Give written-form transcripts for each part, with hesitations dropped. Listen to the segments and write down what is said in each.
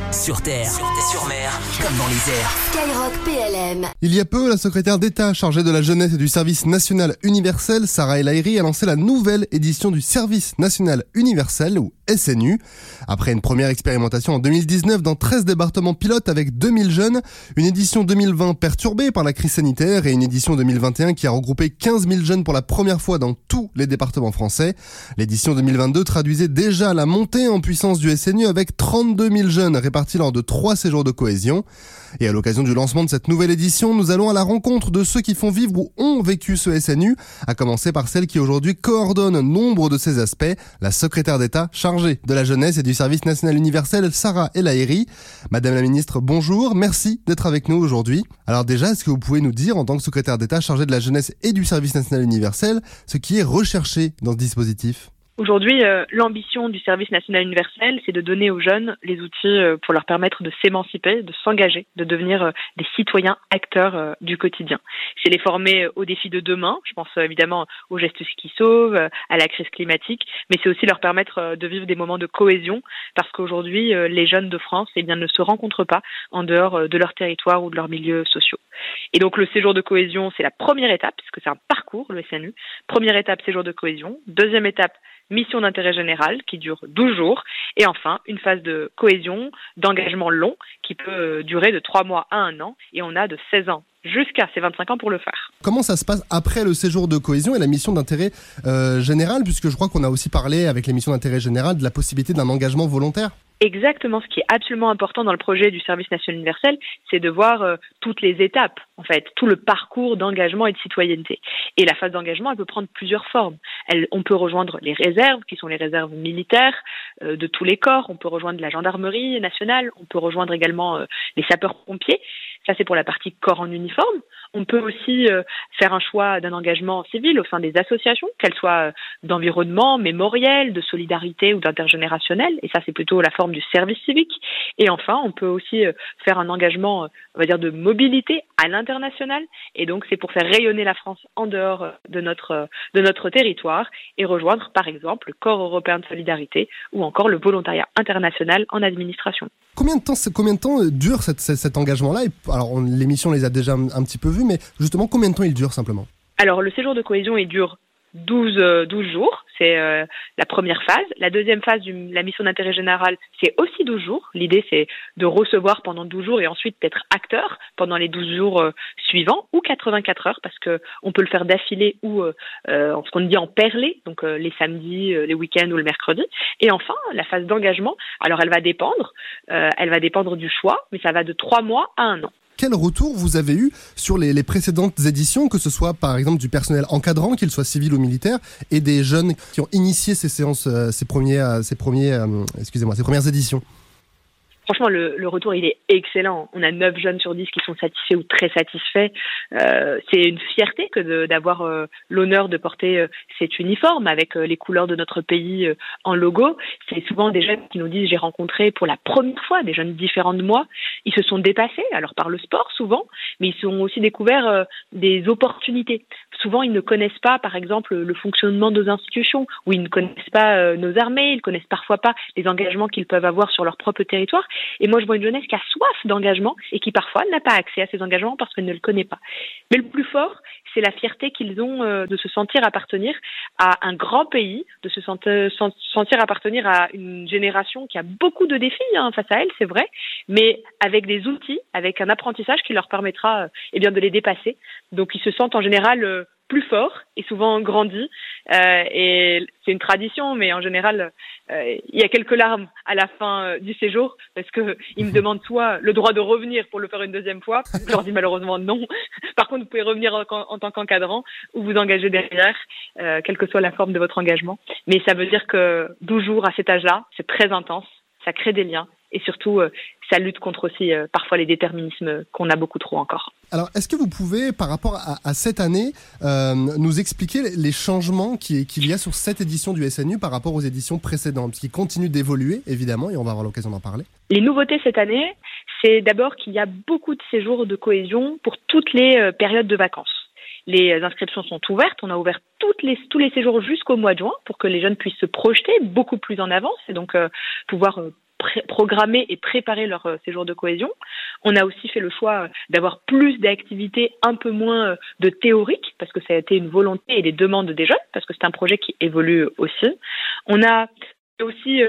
Sur terre, sur mer, comme dans les airs. Skyrock PLM. Il y a peu, la secrétaire d'État chargée de la jeunesse et du service national universel, Sarah El Haïry, a lancé la nouvelle édition du service national universel, ou SNU. Après une première expérimentation en 2019 dans 13 départements pilotes avec 2000 jeunes, une édition 2020 perturbée par la crise sanitaire et une édition 2021 qui a regroupé 15 000 jeunes pour la première fois dans tous les départements français. L'édition 2022 traduisait déjà la montée en puissance du SNU avec 32 000 jeunes répartis lors de 3 séjours de cohésion. Et à l'occasion du lancement de cette nouvelle édition, nous allons à la rencontre de ceux qui font vivre ou ont vécu ce SNU, à commencer par celle qui aujourd'hui coordonne nombre de ces aspects, la secrétaire d'État chargée de la jeunesse et du service national universel, Sarah El Haïry. Madame la ministre, bonjour, merci d'être avec nous aujourd'hui. Alors déjà, est-ce que vous pouvez nous dire, en tant que secrétaire d'État chargée de la jeunesse et du service national universel, ce qui est recherché dans ce dispositif ? Aujourd'hui, l'ambition du service national universel, c'est de donner aux jeunes les outils pour leur permettre de s'émanciper, de s'engager, de devenir des citoyens acteurs du quotidien. C'est les former aux défis de demain, je pense évidemment aux gestes qui sauvent, à la crise climatique, mais c'est aussi leur permettre de vivre des moments de cohésion, parce qu'aujourd'hui, les jeunes de France ne se rencontrent pas en dehors de leur territoire ou de leurs milieux sociaux. Et donc le séjour de cohésion, c'est la première étape, puisque c'est un parcours, le SNU. Première étape, séjour de cohésion. Deuxième étape, mission d'intérêt général qui dure 12 jours. Et enfin, une phase de cohésion, d'engagement long qui peut durer de 3 mois à 1 an. Et on a de 16 ans jusqu'à ses 25 ans pour le faire. Comment ça se passe après le séjour de cohésion et la mission d'intérêt général, puisque je crois qu'on a aussi parlé avec les missions d'intérêt général de la possibilité d'un engagement volontaire ? Exactement, ce qui est absolument important dans le projet du service national universel, c'est de voir toutes les étapes, en fait, tout le parcours d'engagement et de citoyenneté. Et la phase d'engagement, elle peut prendre plusieurs formes. On peut rejoindre les réserves, qui sont les réserves militaires de tous les corps. On peut rejoindre la gendarmerie nationale. On peut rejoindre également les sapeurs-pompiers. Ça, c'est pour la partie corps en uniforme. On peut aussi faire un choix d'un engagement civil au sein des associations, qu'elles soient d'environnement, mémoriel, de solidarité ou d'intergénérationnel. Et ça, c'est plutôt la forme du service civique. Et enfin, on peut aussi faire un engagement, on va dire, de mobilité à l'international. Et donc, c'est pour faire rayonner la France en dehors de notre territoire et rejoindre, par exemple, le Corps européen de solidarité ou encore le volontariat international en administration. Combien de temps dure cet engagement-là ? Alors, l'émission les a déjà un petit peu vus, mais justement, combien de temps il dure simplement ? Alors, le séjour de cohésion, il dure 12 jours, c'est la première phase. La deuxième phase de la mission d'intérêt général, c'est aussi 12 jours. L'idée, c'est de recevoir pendant 12 jours et ensuite d'être acteur pendant les 12 jours suivants ou 84 heures, parce que on peut le faire d'affilée ou ce qu'on dit en perlé, donc les samedis, les week-ends ou le mercredi. Et enfin, la phase d'engagement, alors elle va dépendre du choix, mais ça va de 3 mois à 1 an. Quel retour vous avez eu sur les précédentes éditions, que ce soit par exemple du personnel encadrant, qu'il soit civil ou militaire, et des jeunes qui ont initié ces séances, ces premières éditions? Franchement, le retour, il est excellent. On a 9 jeunes sur 10 qui sont satisfaits ou très satisfaits. C'est une fierté que d'avoir l'honneur de porter cet uniforme avec les couleurs de notre pays en logo. C'est souvent des jeunes qui nous disent, j'ai rencontré pour la première fois des jeunes différents de moi. Ils se sont dépassés, alors par le sport souvent, mais ils ont aussi découvert des opportunités. Souvent, ils ne connaissent pas, par exemple, le fonctionnement de nos institutions, ou ils ne connaissent pas nos armées, ils ne connaissent parfois pas les engagements qu'ils peuvent avoir sur leur propre territoire. Et moi, je vois une jeunesse qui a soif d'engagement et qui parfois n'a pas accès à ces engagements parce qu'elle ne le connaît pas. Mais le plus fort, c'est la fierté qu'ils ont de se sentir appartenir à un grand pays, de se sentir appartenir à une génération qui a beaucoup de défis face à elle, c'est vrai, mais avec des outils, avec un apprentissage qui leur permettra de les dépasser. Donc, ils se sentent en général plus forts et souvent grandis. Et c'est une tradition, mais en général, il y a quelques larmes à la fin du séjour parce que ils me demandent soit le droit de revenir pour le faire une deuxième fois. Je leur dis malheureusement non. Par contre, vous pouvez revenir en tant qu'encadrant ou vous engager derrière, quelle que soit la forme de votre engagement. Mais ça veut dire que 12 jours à cet âge-là, c'est très intense. Ça crée des liens et surtout, ça lutte contre aussi parfois les déterminismes qu'on a beaucoup trop encore. Alors, est-ce que vous pouvez, par rapport à cette année, nous expliquer les changements qu'il y a sur cette édition du SNU par rapport aux éditions précédentes, parce qu'ils continuent d'évoluer, évidemment, et on va avoir l'occasion d'en parler. Les nouveautés cette année, c'est d'abord qu'il y a beaucoup de séjours de cohésion pour toutes les périodes de vacances. Les inscriptions sont ouvertes. On a ouvert tous les séjours jusqu'au mois de juin pour que les jeunes puissent se projeter beaucoup plus en avance et donc pouvoir programmer et préparer leur séjour de cohésion. On a aussi fait le choix d'avoir plus d'activités, un peu moins de théoriques, parce que ça a été une volonté et des demandes des jeunes, parce que c'est un projet qui évolue aussi. On a aussi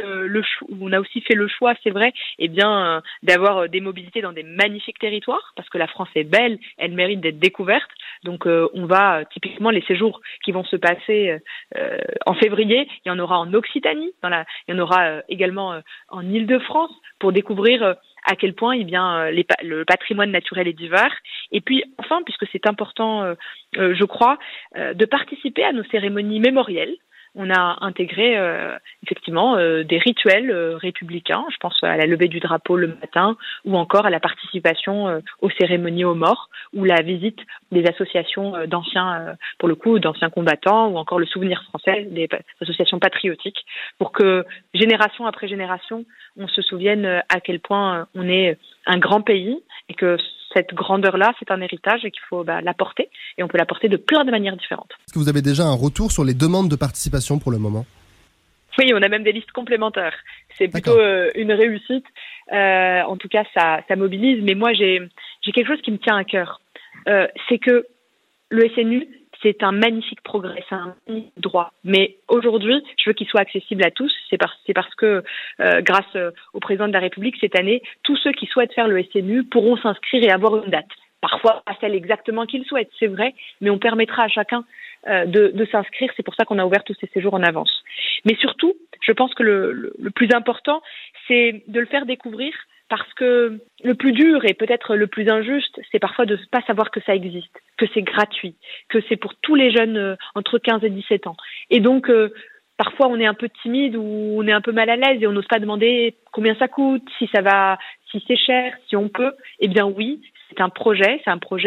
fait le choix, c'est vrai, d'avoir des mobilités dans des magnifiques territoires, parce que la France est belle, elle mérite d'être découverte. Donc on va typiquement les séjours qui vont se passer en février, il y en aura en Occitanie, il y en aura également en Île-de-France pour découvrir à quel point le patrimoine naturel est divers. Et puis enfin, puisque c'est important, je crois, de participer à nos cérémonies mémorielles. On a intégré effectivement des rituels républicains, je pense à la levée du drapeau le matin ou encore à la participation aux cérémonies aux morts ou la visite des associations d'anciens combattants ou encore le souvenir français, des associations patriotiques, pour que génération après génération, on se souvienne à quel point on est un grand pays et que cette grandeur-là, c'est un héritage et qu'il faut l'apporter. Et on peut l'apporter de plein de manières différentes. Est-ce que vous avez déjà un retour sur les demandes de participation pour le moment ? Oui, on a même des listes complémentaires. C'est plutôt une réussite. En tout cas, ça mobilise. Mais moi, j'ai quelque chose qui me tient à cœur. C'est que le SNU, c'est un magnifique progrès, c'est un magnifique droit. Mais aujourd'hui, je veux qu'il soit accessible à tous. C'est parce que, grâce au président de la République, cette année, tous ceux qui souhaitent faire le SNU pourront s'inscrire et avoir une date. Parfois, pas celle exactement qu'ils souhaitent, c'est vrai, mais on permettra à chacun de s'inscrire. C'est pour ça qu'on a ouvert tous ces séjours en avance. Mais surtout, je pense que le plus important, c'est de le faire découvrir. Parce que le plus dur et peut-être le plus injuste, c'est parfois de ne pas savoir que ça existe, que c'est gratuit, que c'est pour tous les jeunes entre 15 et 17 ans. Et donc, parfois, on est un peu timide ou on est un peu mal à l'aise et on n'ose pas demander combien ça coûte, si c'est cher, si on peut. Eh bien oui, c'est un projet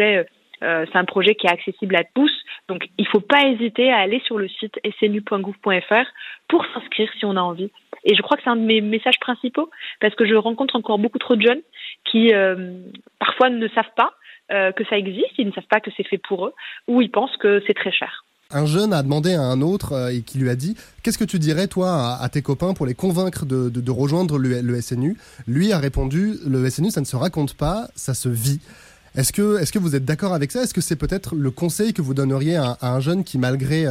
qui est accessible à tous. Donc, il ne faut pas hésiter à aller sur le site snu.gouv.fr pour s'inscrire si on a envie. Et je crois que c'est un de mes messages principaux, parce que je rencontre encore beaucoup trop de jeunes qui, parfois, ne savent pas que ça existe, ils ne savent pas que c'est fait pour eux, ou ils pensent que c'est très cher. Un jeune a demandé à un autre et qui lui a dit « Qu'est-ce que tu dirais, toi, à tes copains pour les convaincre de rejoindre le SNU ?» Lui a répondu « Le SNU, ça ne se raconte pas, ça se vit. » Est-ce que vous êtes d'accord avec ça ? Est-ce que c'est peut-être le conseil que vous donneriez à un jeune qui, malgré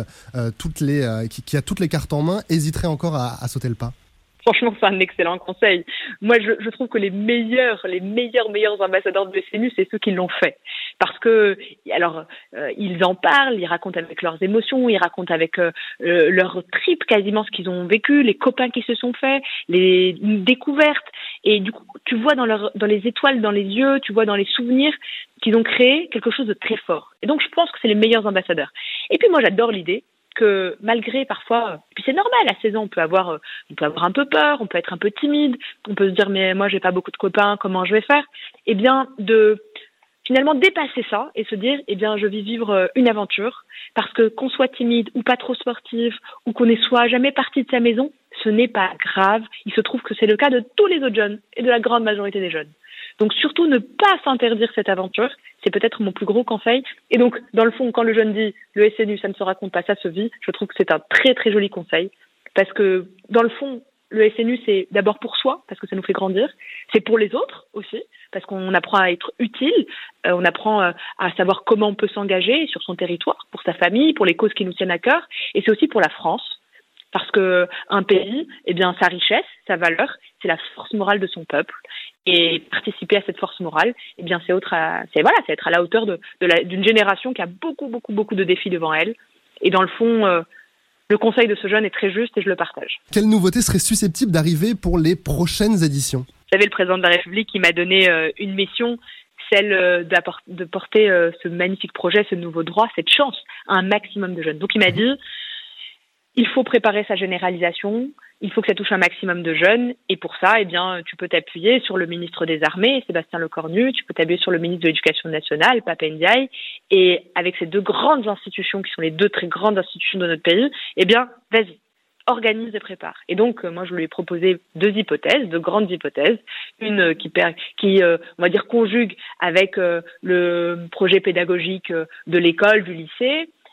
qui a toutes les cartes en main, hésiterait encore à sauter le pas ? Franchement, c'est un excellent conseil. Moi, je trouve que les meilleurs ambassadeurs de l'SNU, c'est ceux qui l'ont fait. Parce que, ils en parlent, ils racontent avec leurs émotions, ils racontent avec leur trip quasiment ce qu'ils ont vécu, les copains qui se sont faits, les découvertes. Et du coup, tu vois dans les étoiles, dans les yeux, tu vois dans les souvenirs qu'ils ont créé quelque chose de très fort. Et donc, je pense que c'est les meilleurs ambassadeurs. Et puis, moi, j'adore l'idée que malgré parfois, puis c'est normal, à 16 ans, on peut avoir un peu peur, on peut être un peu timide, on peut se dire mais moi j'ai pas beaucoup de copains, comment je vais faire ? Eh bien, de finalement dépasser ça et se dire eh bien je vais vivre une aventure, parce que qu'on soit timide ou pas trop sportif ou qu'on ne soit jamais parti de sa maison, ce n'est pas grave. Il se trouve que c'est le cas de tous les autres jeunes et de la grande majorité des jeunes. Donc surtout ne pas s'interdire cette aventure, c'est peut-être mon plus gros conseil. Et donc dans le fond, quand le jeune dit le SNU ça ne se raconte pas, ça se vit, je trouve que c'est un très très joli conseil, parce que dans le fond, le SNU c'est d'abord pour soi, parce que ça nous fait grandir, c'est pour les autres aussi, parce qu'on apprend à être utile, on apprend à savoir comment on peut s'engager sur son territoire, pour sa famille, pour les causes qui nous tiennent à cœur, et c'est aussi pour la France. Parce que un pays, eh bien, sa richesse, sa valeur, c'est la force morale de son peuple. Et participer à cette force morale, eh bien, c'est être à la hauteur d'une génération qui a beaucoup, beaucoup, beaucoup de défis devant elle. Et dans le fond, le conseil de ce jeune est très juste et je le partage. Quelle nouveauté serait susceptible d'arriver pour les prochaines éditions ? Vous savez, le président de la République, il m'a donné une mission, celle de porter ce magnifique projet, ce nouveau droit, cette chance à un maximum de jeunes. Donc, il m'a dit, il faut préparer sa généralisation, il faut que ça touche un maximum de jeunes, et pour ça, eh bien, tu peux t'appuyer sur le ministre des Armées, Sébastien Lecornu, tu peux t'appuyer sur le ministre de l'Éducation nationale, Pap Ndiaye, et avec ces deux grandes institutions, qui sont les deux très grandes institutions de notre pays, eh bien, vas-y, organise et prépare. Et donc, moi, je lui ai proposé deux grandes hypothèses, une qui on va dire, conjugue avec le projet pédagogique de l'école, du lycée,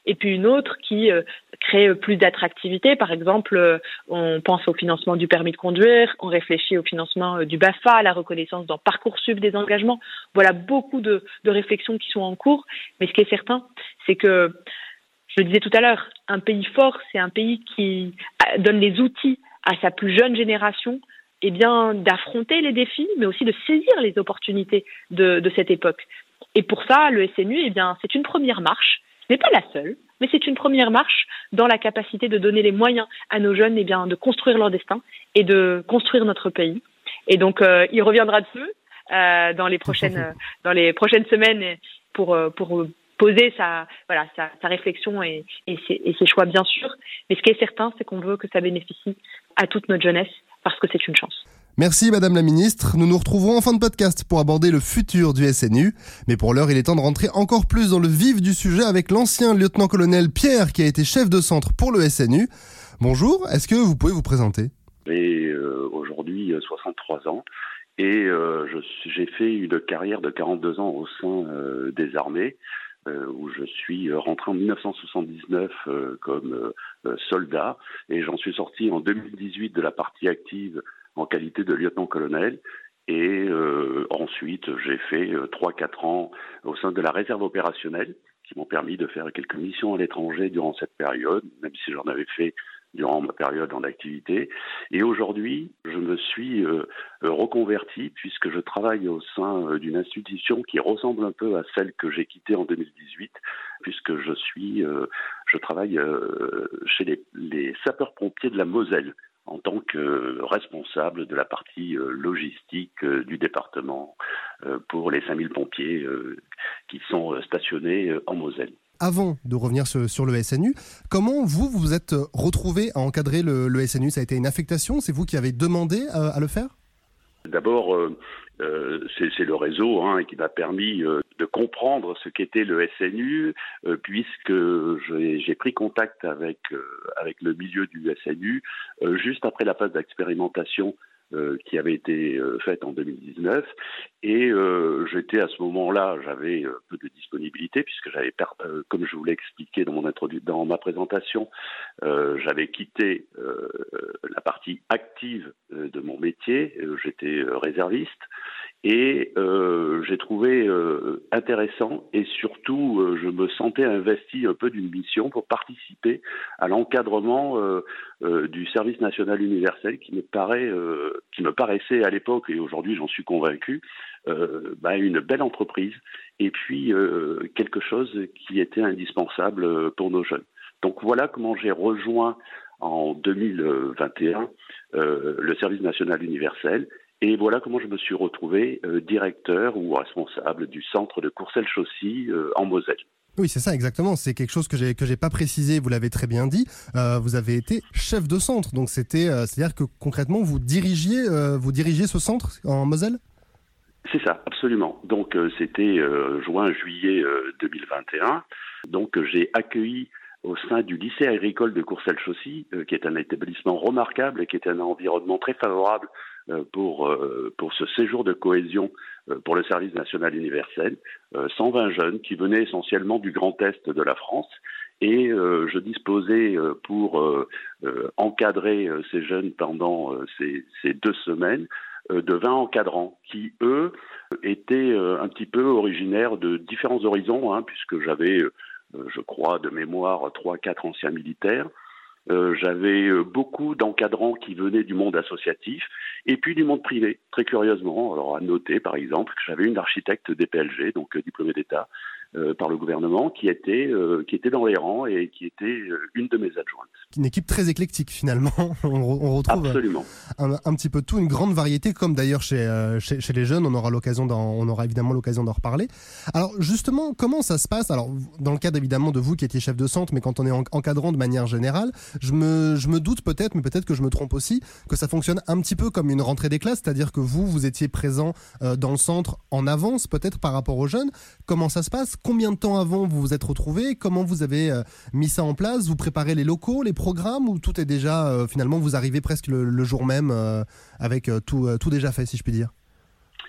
et puis une autre qui crée plus d'attractivité. Par exemple, on pense au financement du permis de conduire, on réfléchit au financement du BAFA, à la reconnaissance dans Parcoursup des engagements. Voilà beaucoup de réflexions qui sont en cours. Mais ce qui est certain, c'est que, je le disais tout à l'heure, un pays fort, c'est un pays qui donne les outils à sa plus jeune génération d'affronter les défis, mais aussi de saisir les opportunités de cette époque. Et pour ça, le SNU, c'est une première marche. Ce n'est pas la seule, mais c'est une première marche dans la capacité de donner les moyens à nos jeunes de construire leur destin et de construire notre pays. Et donc, il reviendra dessus dans les prochaines semaines pour poser sa réflexion et ses choix, bien sûr. Mais ce qui est certain, c'est qu'on veut que ça bénéficie à toute notre jeunesse parce que c'est une chance. Merci Madame la Ministre. Nous nous retrouverons en fin de podcast pour aborder le futur du SNU. Mais pour l'heure, il est temps de rentrer encore plus dans le vif du sujet avec l'ancien lieutenant-colonel Pierre qui a été chef de centre pour le SNU. Bonjour, est-ce que vous pouvez vous présenter ? J'ai aujourd'hui 63 ans et j'ai fait une carrière de 42 ans au sein des armées où je suis rentré en 1979 comme soldat et j'en suis sorti en 2018 de la partie active en qualité de lieutenant-colonel et ensuite j'ai fait 3-4 ans au sein de la réserve opérationnelle qui m'ont permis de faire quelques missions à l'étranger durant cette période, même si j'en avais fait durant ma période en activité. Et aujourd'hui, je me suis reconverti puisque je travaille au sein d'une institution qui ressemble un peu à celle que j'ai quittée en 2018 puisque je travaille chez les sapeurs-pompiers de la Moselle en tant que responsable de la partie logistique du département pour les 5000 pompiers qui sont stationnés en Moselle. Avant de revenir sur le SNU, comment vous vous êtes retrouvé à encadrer le SNU ? Ça a été une affectation ? C'est vous qui avez demandé à le faire ? D'abord, c'est le réseau qui m'a permis de comprendre ce qu'était le SNU, puisque j'ai pris contact avec le milieu du SNU juste après la phase d'expérimentation qui avait été faite en 2019 et j'étais à ce moment-là, j'avais peu de disponibilité puisque j'avais, comme je vous l'ai expliqué dans ma présentation, j'avais quitté la partie active de mon métier, j'étais réserviste et j'ai trouvé intéressant et surtout je me sentais investi un peu d'une mission pour participer à l'encadrement du service national universel qui me paraissait à l'époque et aujourd'hui j'en suis convaincu une belle entreprise et puis quelque chose qui était indispensable pour nos jeunes. Donc voilà comment j'ai rejoint en 2021 le service national universel. Et voilà comment je me suis retrouvé directeur ou responsable du centre de Courcelles-Chaussy en Moselle. Oui, c'est ça, exactement. C'est quelque chose que j'ai pas précisé, vous l'avez très bien dit. Vous avez été chef de centre, donc c'est-à-dire que concrètement, vous dirigiez ce centre en Moselle ? C'est ça, absolument. Donc c'était juin-juillet 2021. Donc j'ai accueilli au sein du lycée agricole de Courcelles-Chaussy, qui est un établissement remarquable et qui est un environnement très favorable pour ce séjour de cohésion pour le service national universel, 120 jeunes qui venaient essentiellement du Grand Est de la France et je disposais pour encadrer ces jeunes pendant ces 2 semaines de 20 encadrants qui, eux, étaient un petit peu originaires de différents horizons, puisque j'avais, je crois, de mémoire, 3-4 anciens militaires. J'avais beaucoup d'encadrants qui venaient du monde associatif et puis du monde privé, très curieusement. Alors à noter par exemple que j'avais une architecte DPLG, donc diplômée d'État par le gouvernement, qui était dans les rangs et qui était une de mes adjointes. Une équipe très éclectique finalement. On retrouve absolument un petit peu tout, une grande variété, comme d'ailleurs chez les jeunes. On aura évidemment l'occasion d'en reparler. Alors justement, comment ça se passe ? Alors dans le cadre évidemment de vous qui étiez chef de centre, mais quand on est encadrant de manière générale, je me doute peut-être, mais peut-être que je me trompe aussi, que ça fonctionne un petit peu comme une rentrée des classes, c'est-à-dire que vous étiez présent dans le centre en avance peut-être par rapport aux jeunes. Comment ça se passe ? Combien de temps avant vous vous êtes retrouvés ? Comment vous avez mis ça en place ? Vous préparez les locaux, les programmes, ou tout est déjà, finalement, vous arrivez presque le jour même avec tout déjà fait, si je puis dire ?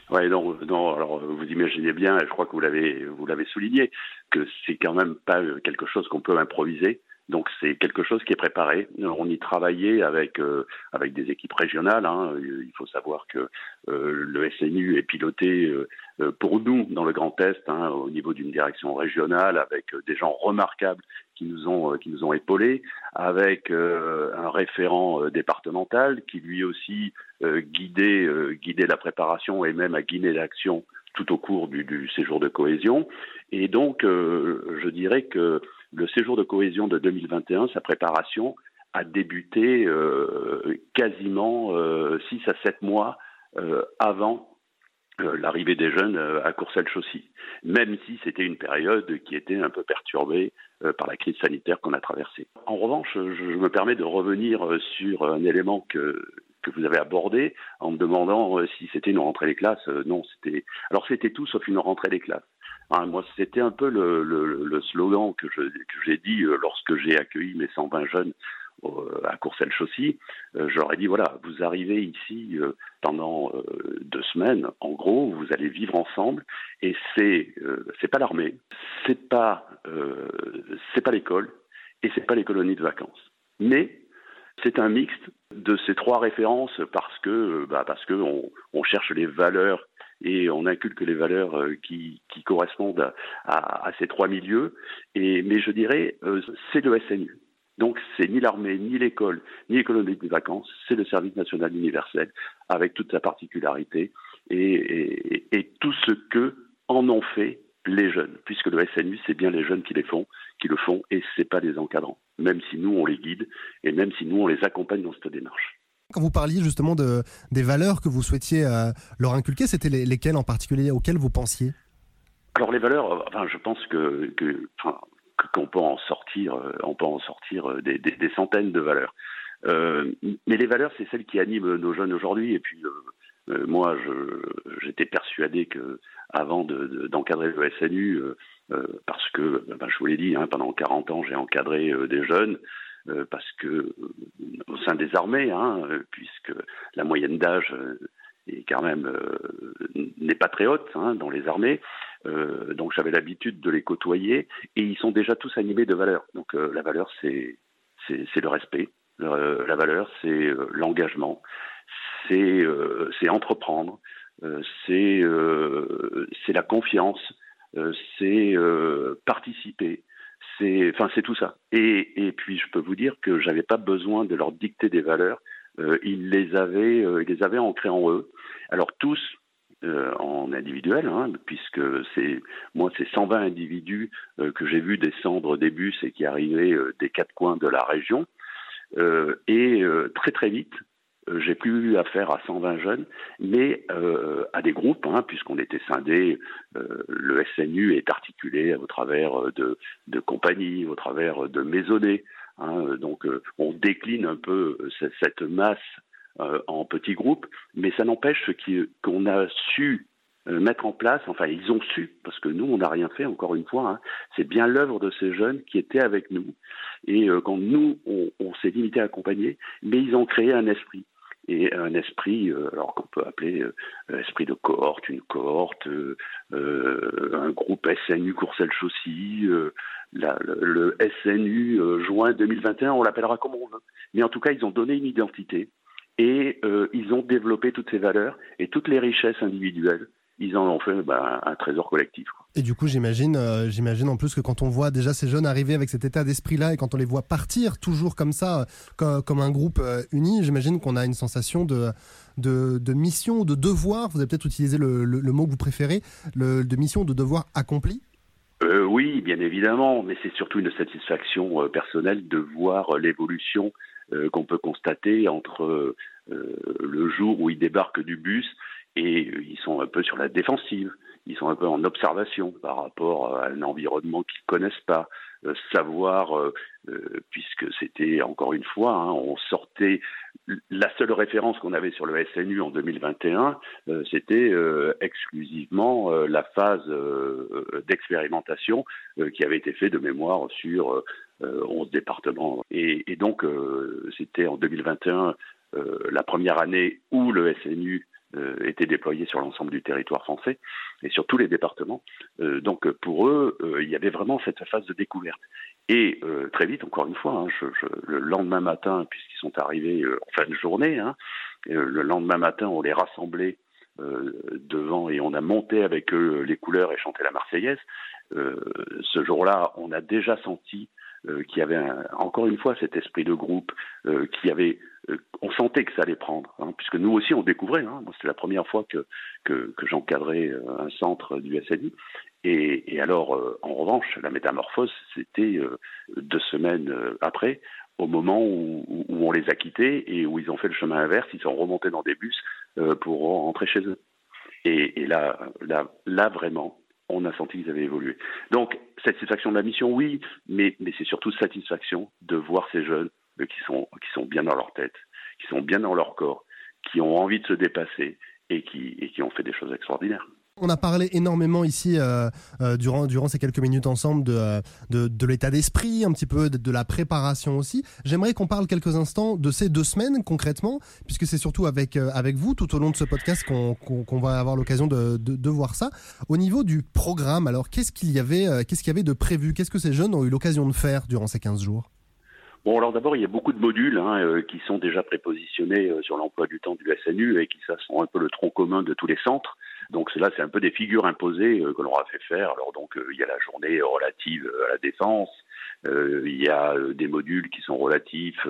Ouais, non, non. Alors, vous imaginez bien, et je crois que vous l'avez souligné, que c'est quand même pas quelque chose qu'on peut improviser. Donc, c'est quelque chose qui est préparé. On y travaillait avec des équipes régionales. Hein. Il faut savoir que le SNU est piloté pour nous dans le Grand Est, hein, au niveau d'une direction régionale, avec des gens remarquables qui nous ont épaulés, avec un référent départemental qui lui aussi guidait la préparation et même a guidé l'action tout au cours du séjour de cohésion. Et donc, je dirais que le séjour de cohésion de 2021, sa préparation a débuté quasiment 6 à 7 mois avant l'arrivée des jeunes à Courcelles-Chaussy, même si c'était une période qui était un peu perturbée par la crise sanitaire qu'on a traversée. En revanche, je me permets de revenir sur un élément que vous avez abordé en me demandant si c'était une rentrée des classes. Non, c'était tout sauf une rentrée des classes. Hein, moi, c'était un peu le slogan que j'ai dit lorsque j'ai accueilli mes 120 jeunes à Courcelles-Chaussy. J'aurais dit, voilà, vous arrivez ici pendant 2 semaines, en gros, vous allez vivre ensemble, et c'est pas l'armée, c'est pas l'école, et c'est pas les colonies de vacances. Mais c'est un mixte de ces 3 références parce que on cherche les valeurs et on inculque les valeurs qui correspondent à ces 3 milieux. Mais je dirais, c'est le SNU. Donc, c'est ni l'armée, ni l'école, ni les colonies de vacances, c'est le service national universel, avec toute sa particularité et tout ce que en ont fait les jeunes, puisque le SNU, c'est bien les jeunes qui le font, et c'est pas les encadrants, même si nous, on les guide, et même si nous, on les accompagne dans cette démarche. Quand vous parliez justement des valeurs que vous souhaitiez leur inculquer, c'était lesquelles en particulier, auxquelles vous pensiez ? Alors, les valeurs, je pense qu'on peut en sortir, des centaines de valeurs. Mais les valeurs, c'est celles qui animent nos jeunes aujourd'hui. Et puis, moi, j'étais persuadé que, avant d'encadrer le SNU, parce que, je vous l'ai dit, hein, pendant 40 ans, j'ai encadré des jeunes, parce que, au sein des armées, hein, puisque la moyenne d'âge est quand même n'est pas très haute, hein, dans les armées. Donc j'avais l'habitude de les côtoyer et ils sont déjà tous animés de valeurs. Donc la valeur, c'est le respect. La valeur, c'est l'engagement. C'est entreprendre. C'est la confiance. C'est participer. C'est tout ça. Et puis je peux vous dire que j'avais pas besoin de leur dicter des valeurs. Ils les avaient ancrées en eux. Alors tous en individuel, hein, puisque c'est 120 individus que j'ai vus descendre des bus et qui arrivaient des 4 coins de la région. Et très très vite, j'ai plus eu affaire à 120 jeunes, mais à des groupes, hein, puisqu'on était scindés. Le SNU est articulé au travers de compagnies, au travers de maisonnées. Hein, donc on décline un peu cette masse en petits groupes, mais ça n'empêche qu'on a su mettre en place, enfin ils ont su, parce que nous on n'a rien fait encore une fois, hein, c'est bien l'œuvre de ces jeunes qui étaient avec nous, et quand nous on s'est limité à accompagner, mais ils ont créé un esprit. Et un esprit, alors qu'on peut appeler esprit de cohorte, une cohorte, un groupe SNU Courcelles-Chaussy, le SNU juin 2021, on l'appellera comme on veut. Mais en tout cas, ils ont donné une identité et ils ont développé toutes ces valeurs et toutes les richesses individuelles. Ils en ont fait un trésor collectif. Et du coup, j'imagine en plus que quand on voit déjà ces jeunes arriver avec cet état d'esprit-là et quand on les voit partir toujours comme ça, comme un groupe uni, j'imagine qu'on a une sensation de mission, de devoir. Vous avez peut-être utilisé le mot que vous préférez, de mission, de devoir accompli. Oui, bien évidemment, mais c'est surtout une satisfaction personnelle de voir l'évolution qu'on peut constater entre le jour où ils débarquent du bus et ils sont un peu sur la défensive. Ils sont un peu en observation par rapport à un environnement qu'ils ne connaissent pas. Savoir, puisque c'était encore une fois, hein, on sortait, la seule référence qu'on avait sur le SNU en 2021, c'était exclusivement la phase d'expérimentation qui avait été faite de mémoire sur 11 départements. Et donc, c'était en 2021 la première année où le SNU étaient déployés sur l'ensemble du territoire français et sur tous les départements. Donc pour eux, il y avait vraiment cette phase de découverte. Et très vite, encore une fois, le lendemain matin, puisqu'ils sont arrivés en fin de journée, le lendemain matin, on les rassemblait devant et on a monté avec eux les couleurs et chanté la Marseillaise. Ce jour-là, on a déjà senti qu'il y avait encore une fois cet esprit de groupe, on sentait que ça allait prendre, puisque nous aussi on découvrait. Moi, c'était la première fois que j'encadrais un centre du SNU. Et alors, en revanche, la métamorphose, c'était 2 semaines après, au moment où on les a quittés et où ils ont fait le chemin inverse, ils sont remontés dans des bus pour rentrer chez eux. Et là, vraiment, on a senti qu'ils avaient évolué. Donc, satisfaction de la mission, oui, mais c'est surtout satisfaction de voir ces jeunes qui sont bien dans leur tête, qui sont bien dans leur corps, qui ont envie de se dépasser et qui ont fait des choses extraordinaires. On a parlé énormément ici durant ces quelques minutes ensemble de l'état d'esprit, un petit peu de la préparation aussi. J'aimerais qu'on parle quelques instants de ces 2 semaines concrètement, puisque c'est surtout avec vous tout au long de ce podcast qu'on va avoir l'occasion de voir ça. Au niveau du programme, alors qu'est-ce qu'il y avait de prévu? Qu'est-ce que ces jeunes ont eu l'occasion de faire durant ces 15 jours? Bon, alors d'abord, il y a beaucoup de modules qui sont déjà prépositionnés sur l'emploi du temps du SNU et qui ça sont un peu le tronc commun de tous les centres. Donc cela, c'est un peu des figures imposées que l'on a fait faire. Alors donc, il y a la journée relative à la défense. Il y a des modules qui sont relatifs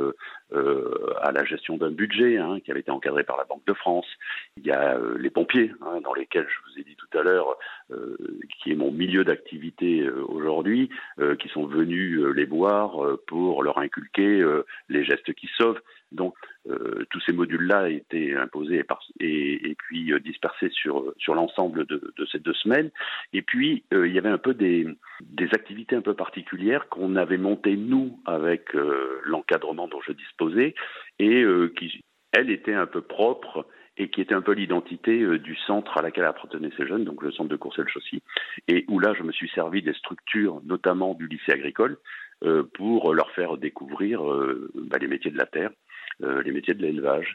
à la gestion d'un budget qui avait été encadré par la Banque de France. Il y a les pompiers, dans lesquels je vous ai dit tout à l'heure, qui est mon milieu d'activité aujourd'hui, qui sont venus les voir pour leur inculquer les gestes qui sauvent. Donc tous ces modules-là étaient imposés et puis dispersés sur l'ensemble de ces 2 semaines. Et puis il y avait un peu des activités un peu particulières qu'on avait montées nous avec l'encadrement dont je disposais et qui, elles, étaient un peu propres et qui était un peu l'identité du centre à laquelle appartenaient ces jeunes, donc le centre de Courcelles-Chaussy, et où là je me suis servi des structures, notamment du lycée agricole, pour leur faire découvrir les métiers de la terre, les métiers de l'élevage.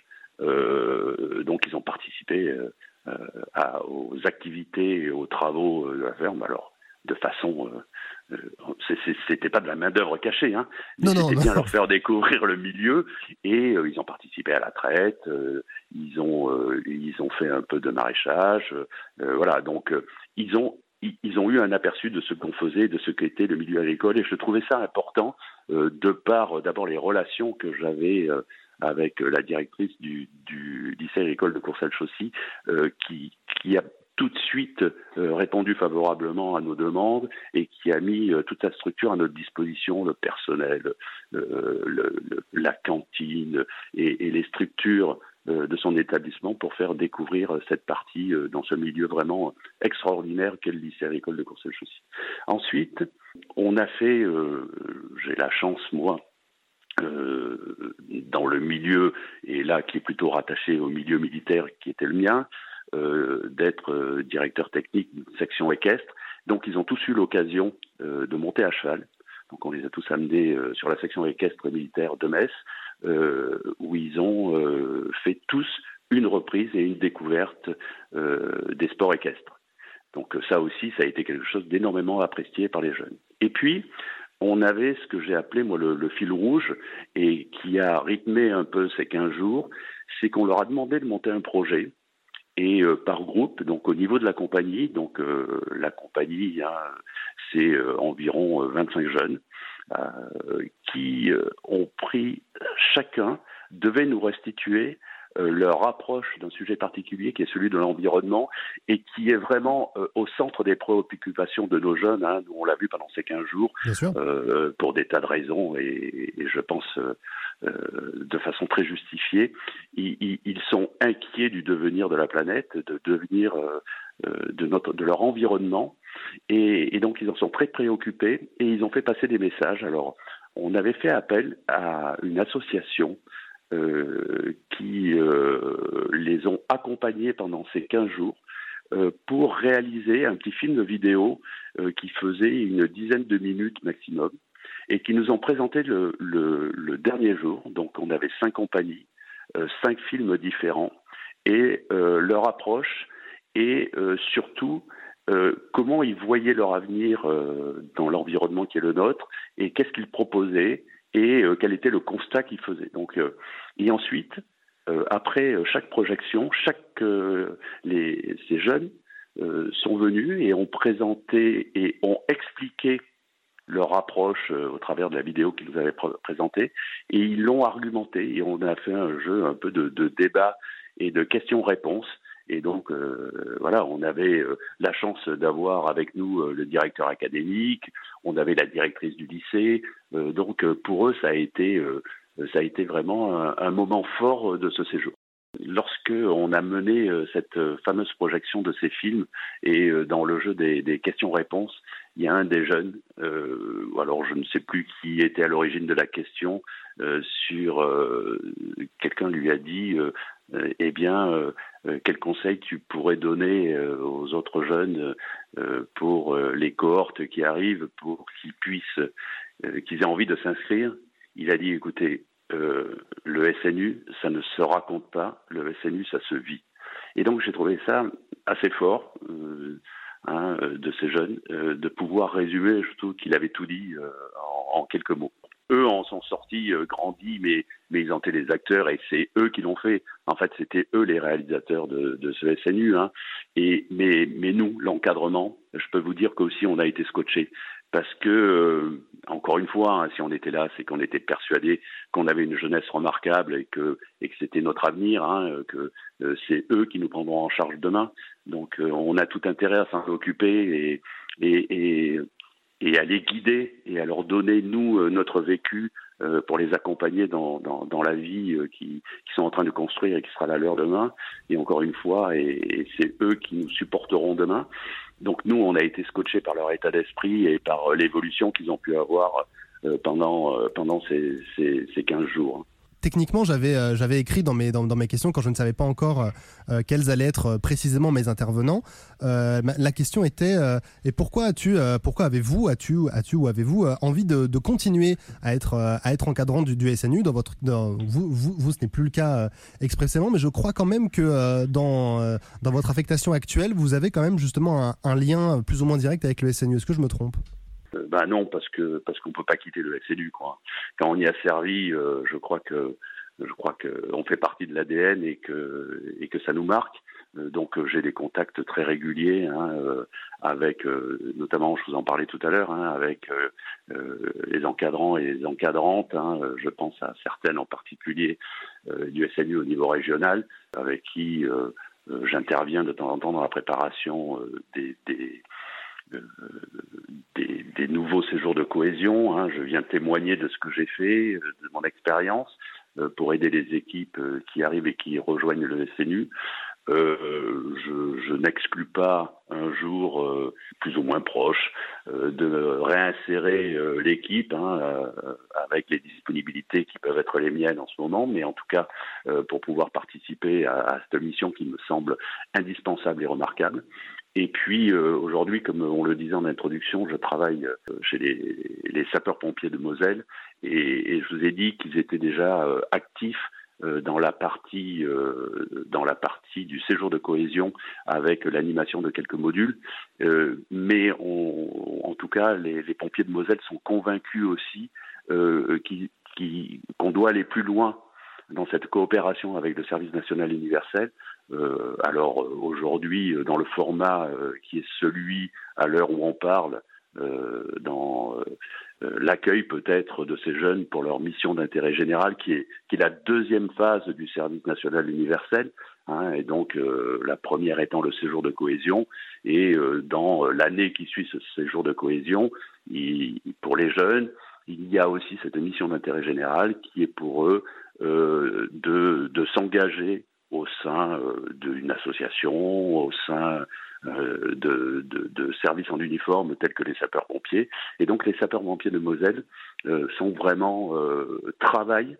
Donc ils ont participé aux activités et aux travaux de la ferme, alors de façon... c'était pas de la main-d'œuvre cachée, mais c'était bien leur faire découvrir le milieu, et ils ont participé à la traite, ils ont fait un peu de maraîchage, voilà, donc ils ont eu un aperçu de ce qu'on faisait, de ce qu'était le milieu agricole, et je trouvais ça important de par d'abord les relations que j'avais avec la directrice du lycée agricole de Courcelles-Chaussy, qui a tout de suite répondu favorablement à nos demandes et qui a mis toute sa structure à notre disposition, le personnel, la cantine et les structures de son établissement pour faire découvrir cette partie dans ce milieu vraiment extraordinaire qu'est le lycée agricole de Courcelles-Chaussy. Ensuite, on a fait, j'ai la chance moi, dans le milieu, et là qui est plutôt rattaché au milieu militaire qui était le mien, d'être directeur technique d'une section équestre. Donc ils ont tous eu l'occasion de monter à cheval. Donc on les a tous amenés sur la section équestre militaire de Metz, où ils ont fait tous une reprise et une découverte des sports équestres. Donc ça aussi, ça a été quelque chose d'énormément apprécié par les jeunes. Et puis, on avait ce que j'ai appelé, moi, le fil rouge, et qui a rythmé un peu ces 15 jours, c'est qu'on leur a demandé de monter un projet, et par groupe, donc au niveau de la compagnie, donc la compagnie, c'est environ 25 jeunes qui ont pris, chacun devait nous restituer leur approche d'un sujet particulier qui est celui de l'environnement et qui est vraiment au centre des préoccupations de nos jeunes. Nous, on l'a vu pendant ces 15 jours, pour des tas de raisons et je pense de façon très justifiée. Ils sont inquiets du devenir de la planète, de devenir de leur environnement et donc ils en sont très préoccupés et ils ont fait passer des messages. Alors, on avait fait appel à une association qui les ont accompagnés pendant ces 15 jours pour réaliser un petit film vidéo qui faisait une dizaine de minutes maximum et qui nous ont présenté le dernier jour. Donc on avait 5 compagnies, 5 films différents et leur approche et surtout comment ils voyaient leur avenir dans l'environnement qui est le nôtre et qu'est-ce qu'ils proposaient et quel était le constat qu'ils faisaient. Donc, et ensuite, après chaque projection, ces jeunes sont venus et ont présenté et ont expliqué leur approche au travers de la vidéo qu'ils nous avaient présentée et ils l'ont argumenté et on a fait un jeu un peu de débat et de questions-réponses. Et donc, voilà, on avait la chance d'avoir avec nous le directeur académique, on avait la directrice du lycée. Donc, pour eux, ça a été vraiment un moment fort de ce séjour. Lorsque on a mené cette fameuse projection de ces films et dans le jeu des questions-réponses, il y a un des jeunes, alors je ne sais plus qui était à l'origine de la question, quelqu'un lui a dit quel conseil tu pourrais donner aux autres jeunes pour les cohortes qui arrivent, pour qu'ils aient envie de s'inscrire. Il a dit, écoutez, le SNU, ça ne se raconte pas, le SNU, ça se vit. Et donc j'ai trouvé ça assez fort de ces jeunes, de pouvoir résumer, je trouve qu'il avait tout dit en quelques mots. Eux en sont sortis grandis, mais ils en étaient les acteurs et c'est eux qui l'ont fait. En fait, c'était eux les réalisateurs de ce SNU. Mais nous, l'encadrement, je peux vous dire qu'aussi on a été scotchés. Parce que, encore une fois, si on était là, c'est qu'on était persuadés qu'on avait une jeunesse remarquable et que c'était notre avenir, que c'est eux qui nous prendront en charge demain. Donc, on a tout intérêt à s'en occuper et à les guider et à leur donner, nous, notre vécu pour les accompagner dans la vie qu'ils sont en train de construire et qui sera la leur demain. Et encore une fois, et c'est eux qui nous supporteront demain. Donc nous, on a été scotchés par leur état d'esprit et par l'évolution qu'ils ont pu avoir pendant ces 15 jours. Techniquement, j'avais écrit dans mes questions, quand je ne savais pas encore quels allaient être précisément mes intervenants, la question était et pourquoi avez-vous envie de continuer à être encadrant du SNU vous ce n'est plus le cas expressément, mais je crois quand même que dans votre affectation actuelle, vous avez quand même justement un lien plus ou moins direct avec le SNU. Est-ce que je me trompe ? Non, parce qu'on peut pas quitter le SNU, quoi. Quand on y a servi, je crois que on fait partie de l'ADN et que ça nous marque. Donc j'ai des contacts très réguliers avec, notamment, je vous en parlais tout à l'heure, avec les encadrants et les encadrantes. Je pense à certaines en particulier du SNU au niveau régional, avec qui j'interviens de temps en temps dans la préparation des nouveaux séjours de cohésion. Je viens témoigner de ce que j'ai fait, de mon expérience, pour aider les équipes qui arrivent et qui rejoignent le SNU. Je n'exclus pas un jour plus ou moins proche de réinsérer l'équipe avec les disponibilités qui peuvent être les miennes en ce moment, mais en tout cas pour pouvoir participer à cette mission qui me semble indispensable et remarquable. Et puis aujourd'hui, comme on le disait en introduction, je travaille chez les sapeurs-pompiers de Moselle et je vous ai dit qu'ils étaient déjà actifs dans la partie du séjour de cohésion avec l'animation de quelques modules. Mais en tout cas, les pompiers de Moselle sont convaincus aussi qu'on doit aller plus loin dans cette coopération avec le service national universel. Alors aujourd'hui, dans le format qui est celui à l'heure où on parle, dans l'accueil peut-être de ces jeunes pour leur mission d'intérêt général, qui est la deuxième phase du service national universel, et donc la première étant le séjour de cohésion, et dans l'année qui suit ce séjour de cohésion, pour les jeunes, il y a aussi cette mission d'intérêt général qui est pour eux de s'engager au sein d'une association, au sein de services en uniforme tels que les sapeurs-pompiers. Et donc les sapeurs-pompiers de Moselle sont vraiment travaillent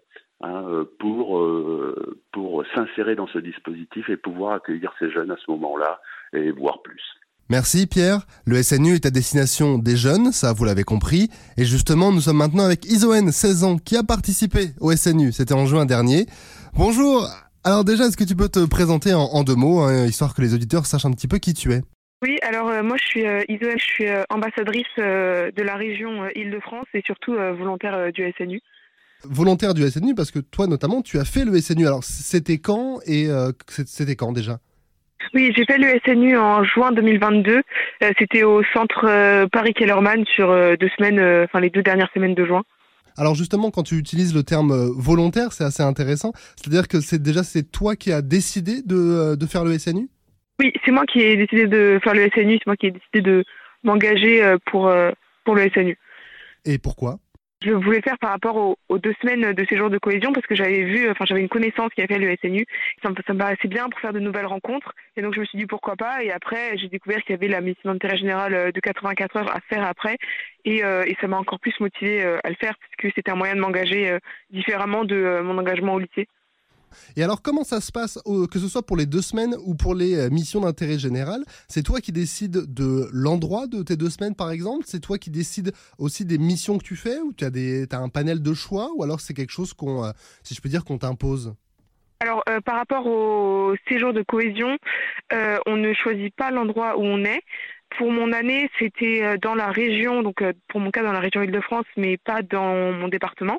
pour s'insérer dans ce dispositif et pouvoir accueillir ces jeunes à ce moment-là et voire plus. Merci Pierre. Le SNU est à destination des jeunes, ça vous l'avez compris. Et justement, nous sommes maintenant avec Isoène, 16 ans, qui a participé au SNU. C'était en juin dernier. Bonjour Alors déjà, est-ce que tu peux te présenter en 2 mots, hein, histoire que les auditeurs sachent un petit peu qui tu es? Oui, alors moi je suis Isoël, je suis ambassadrice de la région Île-de-France et surtout volontaire du SNU. Volontaire du SNU, parce que toi notamment, tu as fait le SNU. Alors c'était quand et c'était quand déjà? Oui, j'ai fait le SNU en juin 2022. C'était au centre Paris-Kellerman sur 2 semaines, les 2 dernières semaines de juin. Alors justement, quand tu utilises le terme volontaire, c'est assez intéressant. C'est-à-dire que c'est toi qui as décidé de faire le SNU? Oui, c'est moi qui ai décidé de faire le SNU, c'est moi qui ai décidé de m'engager pour le SNU. Et pourquoi? Je voulais faire par rapport aux 2 semaines de séjour de cohésion parce que j'avais une connaissance qui avait fait le SNU. Ça me paraissait bien pour faire de nouvelles rencontres. Et donc je me suis dit pourquoi pas. Et après, j'ai découvert qu'il y avait la mission d'intérêt général de 84 heures à faire après. Et ça m'a encore plus motivée à le faire parce que c'était un moyen de m'engager différemment de mon engagement au lycée. Et alors, comment ça se passe, que ce soit pour les 2 semaines ou pour les missions d'intérêt général? C'est toi qui décides de l'endroit de tes 2 semaines, par exemple? C'est toi qui décides aussi des missions que tu fais? Ou tu as un panel de choix? Ou alors c'est quelque chose si je peux dire, qu'on t'impose? Alors, par rapport au séjour de cohésion, on ne choisit pas l'endroit où on est. Pour mon année, c'était dans la région, donc pour mon cas dans la région Île-de-France, mais pas dans mon département.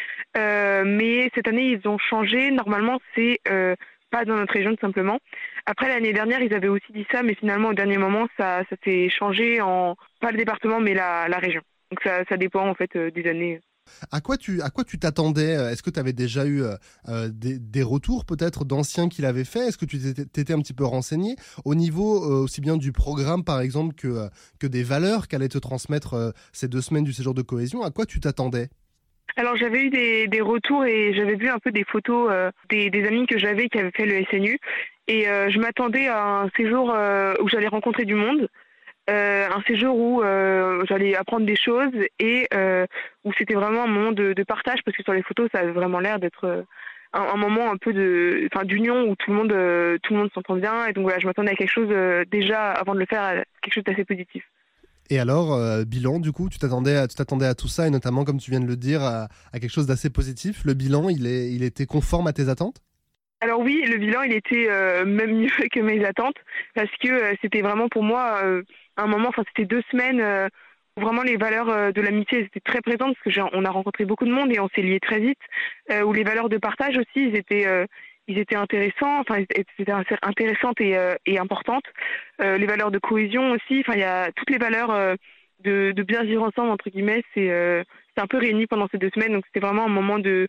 Mais cette année, ils ont changé. Normalement, c'est pas dans notre région, tout simplement. Après, l'année dernière, ils avaient aussi dit ça, mais finalement, au dernier moment, ça s'est changé en pas le département, mais la région. Donc ça dépend en fait des années. À quoi tu t'attendais? Est-ce que tu avais déjà eu des retours peut-être d'anciens qui l'avaient fait? Est-ce que tu t'étais un petit peu renseigné au niveau aussi bien du programme par exemple que des valeurs qu'allaient te transmettre ces 2 semaines du séjour de cohésion? À quoi tu t'attendais? Alors j'avais eu des retours et j'avais vu un peu des photos des amis que j'avais qui avaient fait le SNU et je m'attendais à un séjour où j'allais rencontrer du monde, un séjour où j'allais apprendre des choses et où c'était vraiment un moment de partage parce que sur les photos ça avait vraiment l'air d'être un moment un peu d'union où tout le monde s'entend bien et donc voilà je m'attendais à quelque chose déjà avant de le faire à quelque chose d'assez positif. Et alors, bilan, du coup, tu t'attendais à tout ça, et notamment, comme tu viens de le dire, à quelque chose d'assez positif. Le bilan, il était conforme à tes attentes? Alors oui, le bilan, il était même mieux que mes attentes, parce que c'était vraiment pour moi un moment, c'était 2 semaines où vraiment les valeurs de l'amitié étaient très présentes, parce que on a rencontré beaucoup de monde et on s'est liés très vite, où les valeurs de partage aussi, ils étaient intéressants, c'était intéressantes et importantes. Les valeurs de cohésion aussi, il y a toutes les valeurs de bien vivre ensemble, entre guillemets, c'est un peu réuni pendant ces 2 semaines, donc c'était vraiment un moment de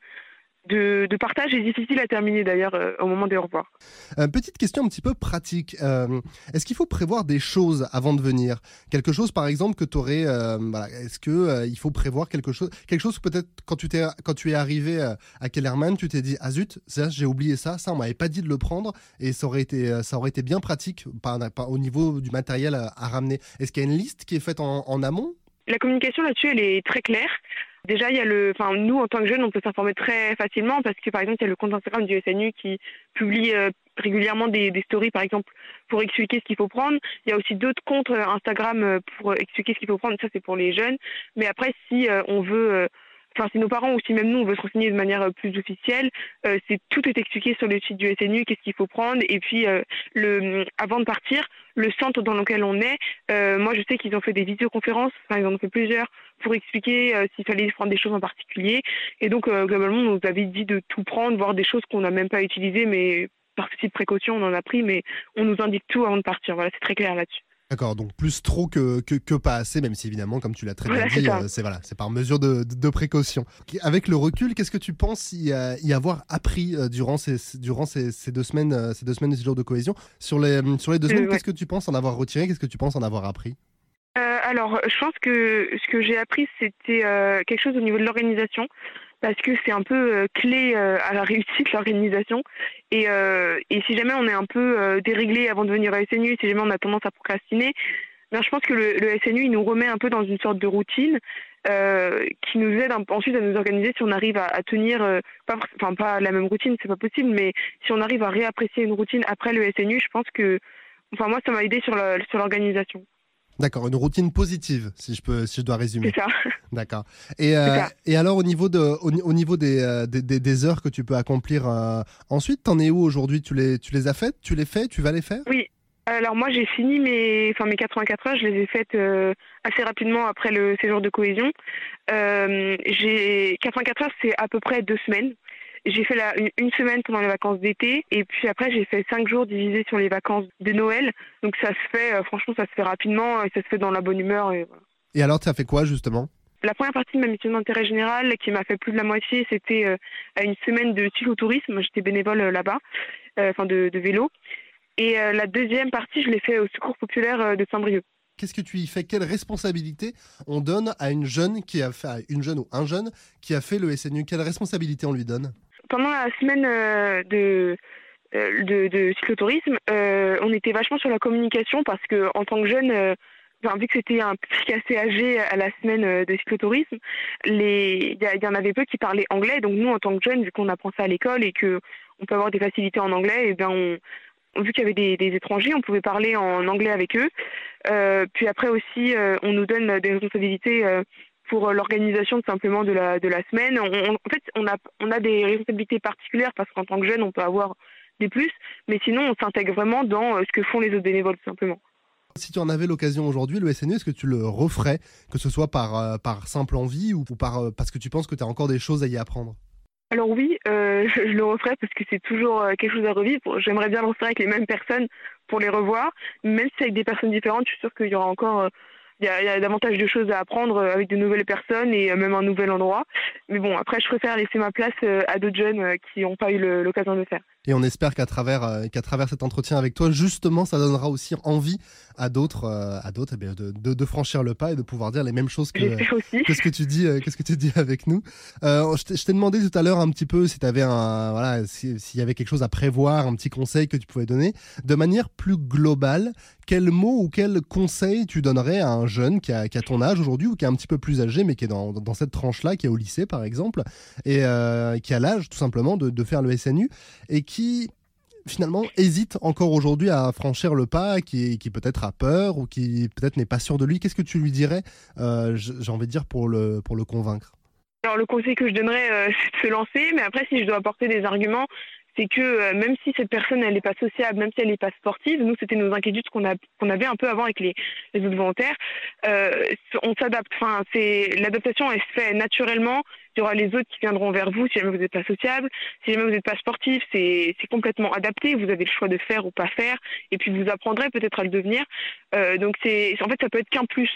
partage et difficile à terminer d'ailleurs au moment des au revoir. Petite question un petit peu pratique. Est-ce qu'il faut prévoir des choses avant de venir? Quelque chose, par exemple, que tu aurais... est-ce qu'il faut prévoir quelque chose peut-être quand tu es arrivé à Kellerman, tu t'es dit « Ah zut, ça, j'ai oublié ça on m'avait pas dit de le prendre et ça aurait été bien pratique au niveau du matériel à ramener. » Est-ce qu'il y a une liste qui est faite en amont? La communication là-dessus, elle est très claire. Déjà, il y a nous, en tant que jeunes, on peut s'informer très facilement parce que, par exemple, il y a le compte Instagram du SNU qui publie régulièrement des stories, par exemple, pour expliquer ce qu'il faut prendre. Il y a aussi d'autres comptes Instagram pour expliquer ce qu'il faut prendre. Ça, c'est pour les jeunes. Mais après, si on veut... si nos parents ou si même nous, on veut se renseigner de manière plus officielle, tout est expliqué sur le site du SNU, qu'est-ce qu'il faut prendre. Et puis, avant de partir, le centre dans lequel on est, moi, je sais qu'ils ont fait des visioconférences, ils en ont fait plusieurs, pour expliquer s'il fallait prendre des choses en particulier. Et donc, globalement, on nous avait dit de tout prendre, voire des choses qu'on n'a même pas utilisées, mais par souci de précaution, on en a pris, mais on nous indique tout avant de partir. Voilà, c'est très clair là-dessus. D'accord, donc plus trop que pas assez, même si évidemment, comme tu l'as très bien dit, c'est par mesure de précaution. Avec le recul, qu'est-ce que tu penses y avoir appris durant ces 2 semaines, ces 2 semaines de séjour de cohésion? Sur les 2 semaines, qu'est-ce que tu penses en avoir retiré? Qu'est-ce que tu penses en avoir appris? Alors, je pense que ce que j'ai appris, c'était quelque chose au niveau de l'organisation, parce que c'est un peu clé à la réussite, l'organisation. Et si jamais on est un peu déréglé avant de venir à SNU, si jamais on a tendance à procrastiner, je pense que le SNU, il nous remet un peu dans une sorte de routine qui nous aide ensuite à nous organiser si on arrive à tenir, pas la même routine, c'est pas possible, mais si on arrive à réapprécier une routine après le SNU, je pense que, moi, ça m'a aidé sur l'organisation. D'accord, une routine positive, si je dois résumer. C'est ça. D'accord. Et alors au niveau des heures que tu peux accomplir ensuite, t'en es où aujourd'hui? Tu les as faites? Tu les fais? Tu vas les faire? Oui. Alors moi j'ai fini mes 84 heures, je les ai faites assez rapidement après le séjour de cohésion. J'ai 84 heures, c'est à peu près 2 semaines. J'ai fait une semaine pendant les vacances d'été et puis après j'ai fait 5 jours divisés sur les vacances de Noël. Donc ça se fait, franchement ça se fait rapidement et ça se fait dans la bonne humeur. Et voilà. Et alors tu as fait quoi justement? La première partie de ma mission d'intérêt général qui m'a fait plus de la moitié, c'était à une semaine de cyclotourisme. J'étais bénévole là-bas, de vélo. Et la deuxième partie, je l'ai fait au Secours populaire de Saint-Brieuc. Qu'est-ce que tu y fais? Quelle responsabilité on donne à une jeune une jeune ou un jeune qui a fait le SNU? Quelle responsabilité on lui donne? Pendant la semaine de cyclotourisme, on était vachement sur la communication parce que en tant que jeune, vu que c'était un public assez âgé à la semaine de cyclotourisme, il y en avait peu qui parlaient anglais. Donc nous, en tant que jeunes, vu qu'on apprend ça à l'école et que on peut avoir des facilités en anglais, et bien vu qu'il y avait des étrangers, on pouvait parler en anglais avec eux. Puis après aussi, on nous donne des responsabilités pour l'organisation tout simplement de la semaine. En fait, on a des responsabilités particulières parce qu'en tant que jeune, on peut avoir des plus, mais sinon, on s'intègre vraiment dans ce que font les autres bénévoles tout simplement. Si tu en avais l'occasion aujourd'hui, le SNU, est-ce que tu le referais, que ce soit par simple envie ou parce que tu penses que tu as encore des choses à y apprendre? Alors oui, je le referai parce que c'est toujours quelque chose à revivre. J'aimerais bien le refaire avec les mêmes personnes pour les revoir. Même si avec des personnes différentes, je suis sûre qu'il y aura encore il y a davantage de choses à apprendre avec de nouvelles personnes et même un nouvel endroit. Mais bon, après, je préfère laisser ma place à d'autres jeunes qui n'ont pas eu l'occasion de le faire. Et on espère qu'à travers cet entretien avec toi, justement, ça donnera aussi envie à d'autres de franchir le pas et de pouvoir dire les mêmes choses que ce que tu dis avec nous. Je t'ai demandé tout à l'heure un petit peu si tu avais s'il y avait quelque chose à prévoir, un petit conseil que tu pouvais donner. De manière plus globale, quel mot ou quel conseil tu donnerais à un jeune qui a ton âge aujourd'hui ou qui est un petit peu plus âgé mais qui est dans cette tranche-là, qui est au lycée par exemple, et qui a l'âge tout simplement de faire le SNU et qui finalement hésite encore aujourd'hui à franchir le pas, qui peut-être a peur ou qui peut-être n'est pas sûr de lui? Qu'est-ce que tu lui dirais, j'ai envie de dire, pour le convaincre? Alors le conseil que je donnerais, c'est de se lancer, mais après si je dois apporter des arguments, c'est que même si cette personne elle n'est pas sociable, même si elle n'est pas sportive, nous c'était nos inquiétudes qu'on avait un peu avant avec les autres volontaires, on s'adapte. Enfin, l'adaptation elle se fait naturellement. Il y aura les autres qui viendront vers vous si jamais vous n'êtes pas sociable, si jamais vous n'êtes pas sportif, c'est complètement adapté. Vous avez le choix de faire ou pas faire, et puis vous apprendrez peut-être à le devenir. Donc en fait ça peut être qu'un plus.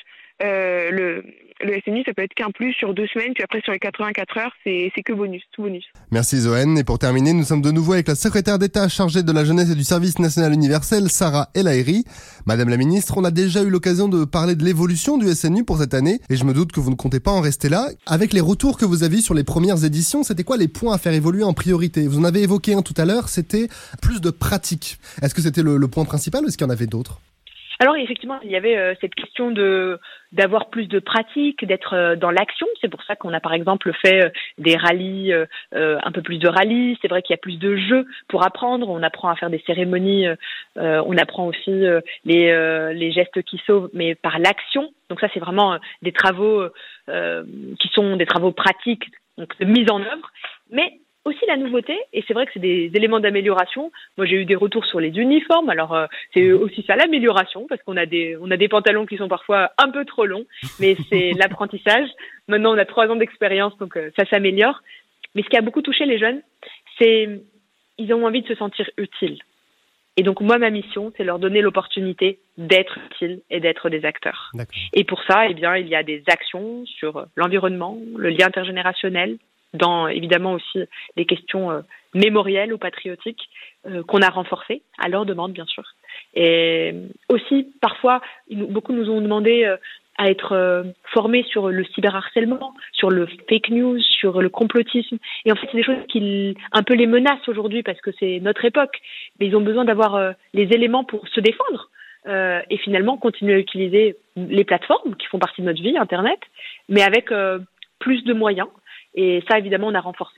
Le SNU, ça peut être qu'un plus sur 2 semaines, puis après sur les 84 heures, c'est que bonus, tout bonus. Merci Zoën. Et pour terminer, nous sommes de nouveau avec la secrétaire d'État chargée de la jeunesse et du service national universel, Sarah El Haïry. Madame la ministre, on a déjà eu l'occasion de parler de l'évolution du SNU pour cette année, et je me doute que vous ne comptez pas en rester là. Avec les retours que vous avez sur les premières éditions, c'était quoi les points à faire évoluer en priorité? Vous en avez évoqué un tout à l'heure, c'était plus de pratique. Est-ce que c'était le point principal ou est-ce qu'il y en avait d'autres? Alors effectivement, il y avait cette question d'avoir plus de pratique, d'être dans l'action. C'est pour ça qu'on a par exemple fait des rallyes, un peu plus de rallyes. C'est vrai qu'il y a plus de jeux pour apprendre. On apprend à faire des cérémonies. On apprend aussi les gestes qui sauvent, mais par l'action. Donc ça, c'est vraiment des travaux qui sont des travaux pratiques, donc de mise en œuvre. Mais aussi la nouveauté, et c'est vrai que c'est des éléments d'amélioration. Moi, j'ai eu des retours sur les uniformes. Alors, c'est aussi ça l'amélioration, parce qu'on a des pantalons qui sont parfois un peu trop longs, mais c'est l'apprentissage. Maintenant, on a 3 ans d'expérience, donc ça s'améliore. Mais ce qui a beaucoup touché les jeunes, c'est ils ont envie de se sentir utiles. Et donc, moi, ma mission, c'est leur donner l'opportunité d'être utiles et d'être des acteurs. D'accord. Et pour ça, eh bien, il y a des actions sur l'environnement, le lien intergénérationnel, dans évidemment aussi les questions mémorielles ou patriotiques qu'on a renforcées à leur demande bien sûr. Et aussi parfois beaucoup nous ont demandé à être formés sur le cyberharcèlement, sur le fake news, sur le complotisme. Et en fait c'est des choses qui un peu les menacent aujourd'hui parce que c'est notre époque, mais ils ont besoin d'avoir les éléments pour se défendre. Et finalement continuer à utiliser les plateformes qui font partie de notre vie, Internet, mais avec plus de moyens. Et ça, évidemment, on a renforcé.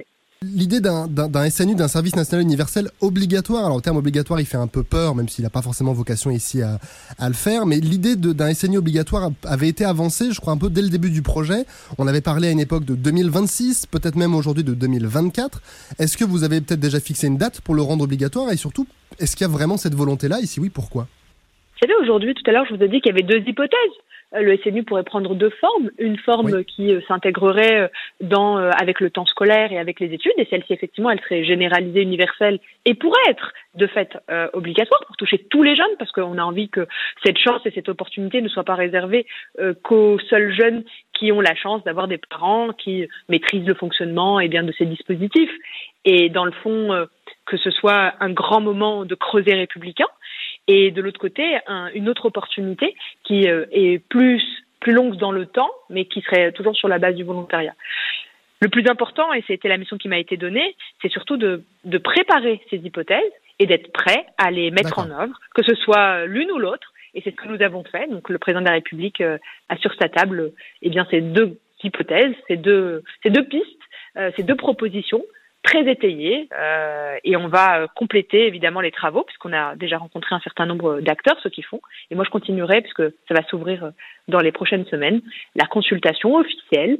L'idée d'un SNU, d'un service national universel obligatoire, alors le terme obligatoire il fait un peu peur, même s'il n'a pas forcément vocation ici à le faire, mais l'idée d'un SNU obligatoire avait été avancée, je crois, un peu dès le début du projet. On avait parlé à une époque de 2026, peut-être même aujourd'hui de 2024. Est-ce que vous avez peut-être déjà fixé une date pour le rendre obligatoire, et surtout, est-ce qu'il y a vraiment cette volonté-là, et si oui, pourquoi ? Vous savez, aujourd'hui, tout à l'heure, je vous ai dit qu'il y avait 2 hypothèses. Le SNU pourrait prendre 2 formes. Une forme qui s'intégrerait avec le temps scolaire et avec les études, et celle-ci, effectivement, elle serait généralisée, universelle, et pourrait être, de fait, obligatoire pour toucher tous les jeunes, parce qu'on a envie que cette chance et cette opportunité ne soient pas réservées qu'aux seuls jeunes qui ont la chance d'avoir des parents qui maîtrisent le fonctionnement de ces dispositifs. Et dans le fond, que ce soit un grand moment de creuset républicain, et de l'autre côté, une autre opportunité qui est plus longue dans le temps, mais qui serait toujours sur la base du volontariat. Le plus important, et c'était la mission qui m'a été donnée, c'est surtout de préparer ces hypothèses et d'être prêt à les mettre en œuvre, que ce soit l'une ou l'autre. Et c'est ce que nous avons fait. Donc le président de la République a sur sa table ces 2 hypothèses, ces deux pistes, ces 2 propositions très étayées, et on va compléter évidemment les travaux puisqu'on a déjà rencontré un certain nombre d'acteurs, ceux qui font, et moi je continuerai puisque ça va s'ouvrir dans les prochaines semaines, la consultation officielle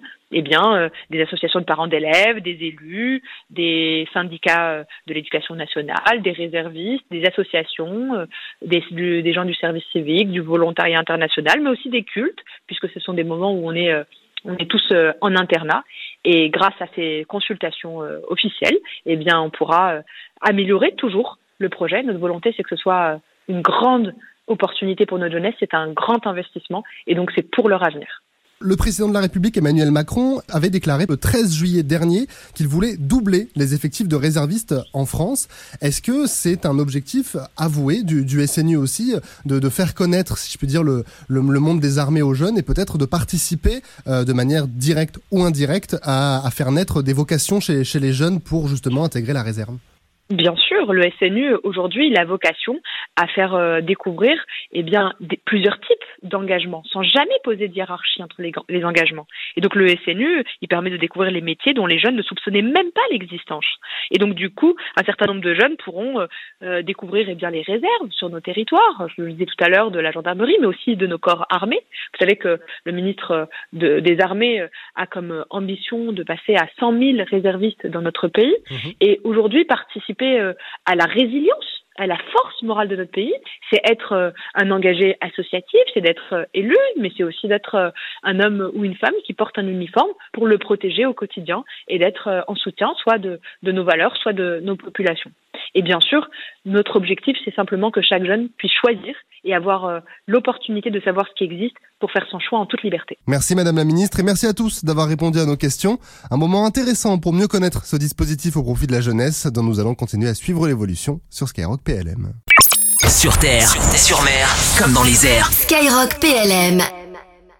des associations de parents d'élèves, des élus, des syndicats de l'éducation nationale, des réservistes, des associations, des gens du service civique, du volontariat international, mais aussi des cultes, puisque ce sont des moments où on est tous en internat, et grâce à ces consultations officielles, on pourra améliorer toujours le projet. Notre volonté, c'est que ce soit une grande opportunité pour notre jeunesse, c'est un grand investissement, et donc c'est pour leur avenir. Le président de la République, Emmanuel Macron, avait déclaré le 13 juillet dernier qu'il voulait doubler les effectifs de réservistes en France. Est-ce que c'est un objectif avoué du SNU aussi, de faire connaître, si je puis dire, le monde des armées aux jeunes, et peut-être de participer de manière directe ou indirecte à faire naître des vocations chez les jeunes pour justement intégrer la réserve ? Bien sûr, le SNU, aujourd'hui, il a vocation à faire découvrir plusieurs types d'engagements, sans jamais poser de hiérarchie entre les engagements. Et donc le SNU, il permet de découvrir les métiers dont les jeunes ne soupçonnaient même pas l'existence. Et donc du coup, un certain nombre de jeunes pourront découvrir les réserves sur nos territoires. Je le disais tout à l'heure, de la gendarmerie, mais aussi de nos corps armés. Vous savez que le ministre des Armées a comme ambition de passer à 100 000 réservistes dans notre pays. Et aujourd'hui, participer à la résilience, à la force morale de notre pays, c'est être un engagé associatif, c'est d'être élu, mais c'est aussi d'être un homme ou une femme qui porte un uniforme pour le protéger au quotidien et d'être en soutien soit de nos valeurs, soit de nos populations. Et bien sûr, notre objectif, c'est simplement que chaque jeune puisse choisir et avoir l'opportunité de savoir ce qui existe pour faire son choix en toute liberté. Merci Madame la Ministre, et merci à tous d'avoir répondu à nos questions. Un moment intéressant pour mieux connaître ce dispositif au profit de la jeunesse, dont nous allons continuer à suivre l'évolution sur Skyrock PLM. Sur terre, sur mer, comme dans les airs. Skyrock PLM.